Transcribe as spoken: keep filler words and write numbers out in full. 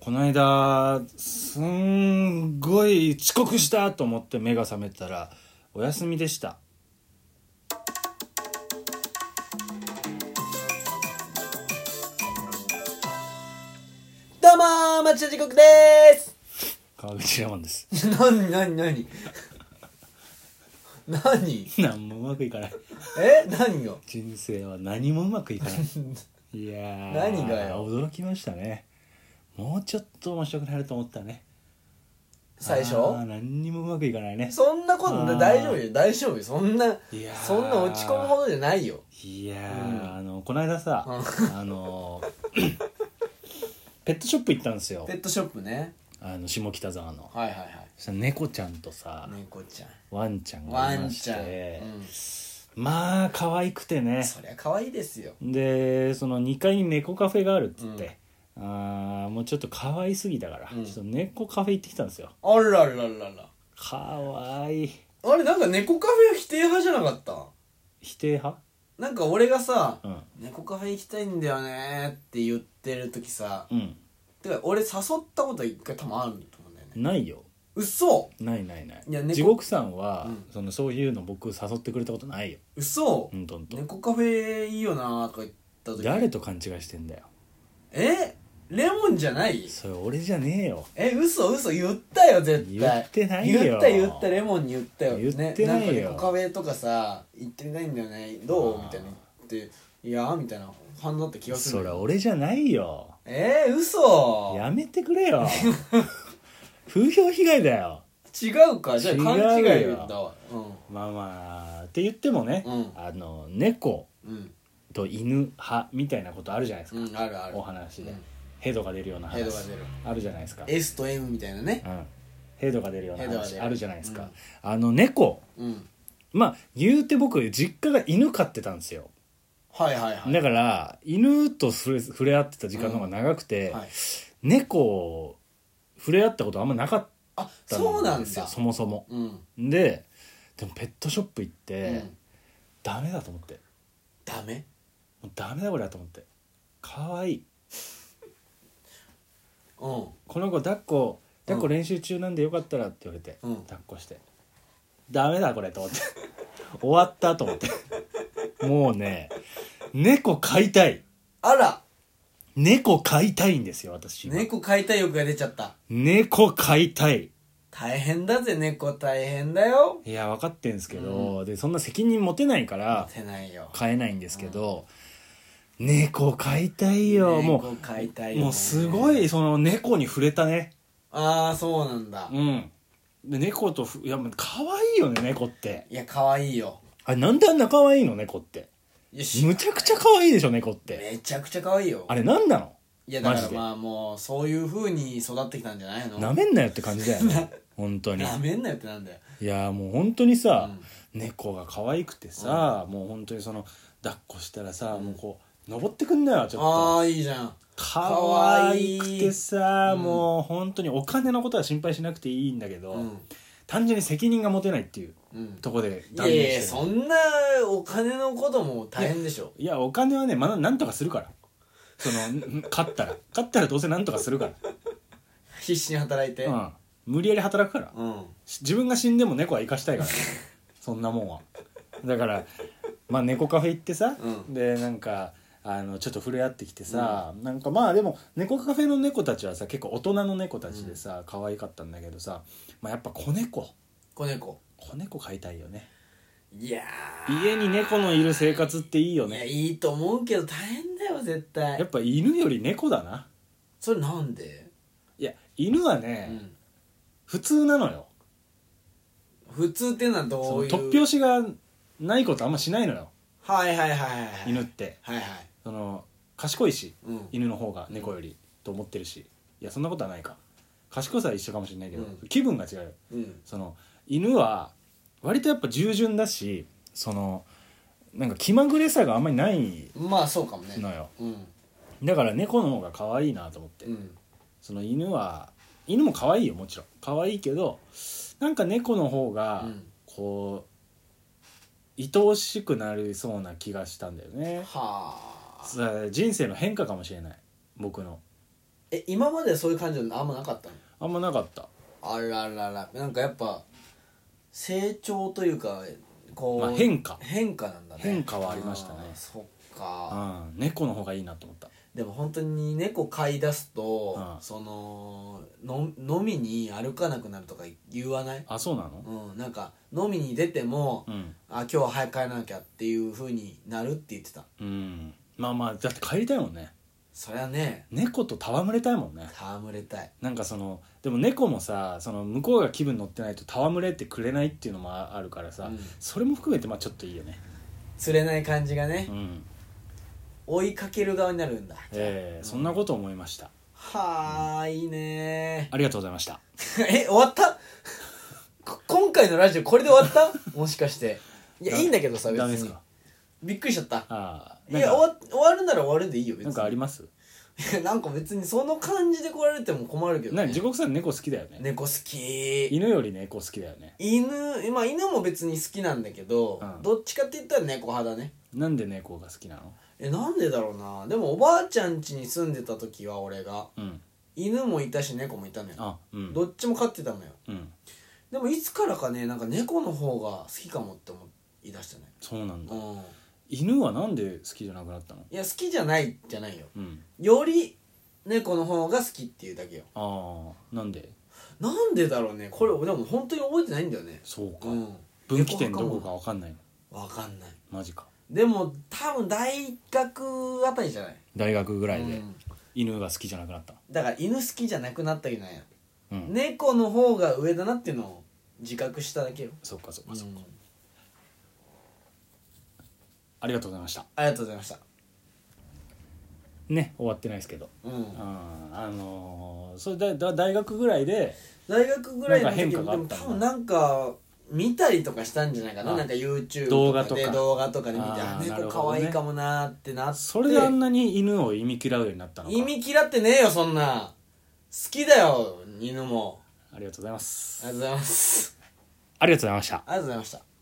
この間すんごい遅刻したと思って目が覚めたらお休みでした。 どうもー、町田時刻でーす。 川口レモンです。 なになになに何何もうまくいかない。 え何よ。 人生は何もうまくいかない。いやー、 何がよ。 驚きましたね。もうちょっと面白くなると思ったね。 最初あ何にもうまくいかないね。 そんなこと大丈夫よ、大丈夫よ。そんな、 いやそんな落ち込むほどじゃないよ。 いやー、 うん、 あのこの間さ、あのペットショップ行ったんですよ。 ペットショップね。 あの下北沢の。 はいはいはい。 そしたら猫ちゃんとさ、 猫ちゃん、 ワンちゃんがいまして、 ワンちゃん、うん、まあ可愛くてね。 そりゃ可愛いですよ。 でそのにかいに猫カフェがあるっつって、うん、あもうちょっと可愛すぎたから、うん、ちょっと猫カフェ行ってきたんですよ。 あらららら。 可愛い。 あれなんか猫カフェは否定派じゃなかった？ 否定派？ なんか俺がさ、うん、猫カフェ行きたいんだよねって言ってる時さ、うん、てか俺誘ったこと一回多分あると思うんだよね。 ないよ。 嘘？ ないないない。 いや地獄さんは、うん、そのそういうの僕誘ってくれたことないよ。 嘘？ うんとんと。 猫カフェいいよなとか言った時。 誰と勘違いしてんだよ。 え？レモンじゃない？ それ俺じゃねえよ。 え、嘘嘘言ったよ絶対。 言ってないよ。 言った言ったレモンに言ったよ。 言ってないよ。 ね、なんか猫カフェとかさ行ってみたいんだよね。どうみたいな言っていやみたいな反応だった気がする。 それ俺じゃないよ。 えー、嘘。 やめてくれよ。風評被害だよ。 違うか、じゃあ勘違いだわ、うん、まあまあって言ってもね、うん、あの猫と犬派みたいなことあるじゃないですか、 うん、あるある。 お話で、うん、ヘドが出るような話ヘドが出るあるじゃないですか。 S と M みたいなね、うん、 ヘドが出るような話あるじゃないですか、 うん、 あの猫、うん、まあ言うて僕実家が犬飼ってたんですよ。 はいはいはい。 だから犬と触れ、触れ合ってた時間の方が長くて、うんはい、猫を触れ合ったことあんまなかったんですよ。そうなんだ、そもそも、うん、ででもペットショップ行って、うん、ダメだと思って。 ダメ？ もうダメだこれだと思って。かわいい、うん、この子抱っこ抱っこ練習中なんでよかったらって言われて、うん、抱っこしてダメだこれと思って終わったと思ってもうね猫飼いたい。 あら、 猫飼いたいんですよ私。 猫飼いたい欲が出ちゃった。 猫飼いたい。 大変だぜ、猫大変だよ。 いや分かってんですけど、うん、でそんな責任持てないから持てないよ、 飼えないんですけど、うん、猫飼いたいよ。もう猫飼いたいよ、ね、 もうすごいその猫に触れたね。 ああそうなんだ。 うんで猫といや可愛いよね猫って。 いや可愛いよ。 あれなんであんな可愛いの猫って。むちゃくちゃ可愛いでしょ猫って。 めちゃくちゃ可愛いよ。あれなんなの？ いやだからまあもうそういう風に育ってきたんじゃないの？ なめんなよって感じだよね本当に。 なめんなよってなんだよ。 いやもう本当にさ、うん、猫が可愛くてさ、うん、もう本当にその抱っこしたらさ、うん、もうこう登ってくんなよちょっと。 ああいいじゃん。 可愛くてさ、うん、もう本当にお金のことは心配しなくていいんだけど、うん、単純に責任が持てないっていう、うん、とこで断念してる。いやいやそんなお金のことも大変でしょ。 いや、いやお金はねまだなんとかするから。その勝ったら勝ったらどうせなんとかするから必死に働いて、うん、 無理やり働くから、うん、自分が死んでも猫は生かしたいからそんなもんは。だからまあ猫カフェ行ってさ、うん、でなんかあのちょっと触れ合ってきてさ、うん、なんかまあでも猫カフェの猫たちはさ結構大人の猫たちでさ、うん、可愛かったんだけどさ、まあ、やっぱ子猫子猫子猫飼いたいよね。 いや家に猫のいる生活っていいよね。 いやいいと思うけど大変だよ絶対。 やっぱ犬より猫だな。 それなんで？ いや犬はね、うん、普通なのよ。 普通っていうのはどういう？ 突拍子がないことあんましないのよ。 はいはいはいはい、 犬って、はいはい、その賢いし、うん、犬の方が猫より、うん、と思ってるし。いやそんなことはないか。賢さは一緒かもしれないけど、うん、気分が違うよ、うん、その犬は割とやっぱ従順だし、そのなんか気まぐれさがあんまりないのよ。 まあそうかもね、 うん、だから猫の方が可愛いなと思って、うん、その犬は犬も可愛いよもちろん可愛いけど、なんか猫の方がこう、うん、愛おしくなりそうな気がしたんだよね。はあ。人生の変化かもしれない僕の。 え今までそういう感じあんまなかったの？ あんまなかった。 あららら、なんかやっぱ成長というかこう、 まあ、変化変化なんだね。 変化はありましたね。 そっか、 うん、猫の方がいいなと思った。 でも本当に猫飼い出すと、 うん、 そのの飲みに歩かなくなるとか言わない？ あ、そうなの？ うん、なんか飲みに出ても、 うん、 あ今日は早く帰らなきゃっていう風になるって言ってた。 うん、まあまあだって帰りたいもんね。 そりゃね、 猫と戯れたいもんね。 戯れたい。 なんかそのでも猫もさ、その向こうが気分乗ってないと戯れてくれないっていうのもあるからさ、うん、それも含めてまあちょっといいよね。 釣れない感じがね、 うん、 追いかける側になるんだ。 ええーうん、そんなこと思いました。 はあ、うん、いいね。 ありがとうございました。 え、終わった今回のラジオこれで終わったもしかして。いやいいんだけどさ、別に。ダメですか？びっくりしちゃった。 あいや終わ、終わるなら終わるでいいよ別に。 なんかあります？ いやなんか別にその感じで来られても困るけどね。 何地獄さん猫好きだよね。 猫好き。 犬より猫好きだよね。 犬、まあ犬も別に好きなんだけど、うん、どっちかって言ったら猫派だね。 なんで猫が好きなの？ え、なんでだろうな。でもおばあちゃん家に住んでた時は俺が、うん、犬もいたし猫もいたのよ。あ、うん、どっちも飼ってたのよ、うん、でもいつからかね、なんか猫の方が好きかもって思い出したね。 そうなんだ、うん、犬はなんで好きじゃなくなったの？ いや好きじゃないじゃないよ、うん、より猫の方が好きっていうだけよ。 ああ、なんで？ なんでだろうね。これでも本当に覚えてないんだよね。 そうか、うん、分岐点どこか分かんないの？ 分かんない。 マジか。 でも多分大学あたりじゃない？ 大学ぐらいで、うん、犬が好きじゃなくなった。 だから犬好きじゃなくなったけどね、うん、猫の方が上だなっていうのを自覚しただけよ。 そっかそっかそっか、うん、ありがとうございました。 ありがとうございましたね。終わってないですけど、うん、うん、あのー、それだだ大学ぐらいで大学ぐらいの時変化があったんだ。 でも多分なんか見たりとかしたんじゃないかな。なんか YouTube とかで動画とかで見て、あ、猫可愛いかもなーってなって、 それであんなに犬を意味嫌うようになったのか。 意味嫌ってねえよそんな。好きだよ犬も。 ありがとうございます。 ありがとうございます。 ありがとうございました。 ありがとうございました。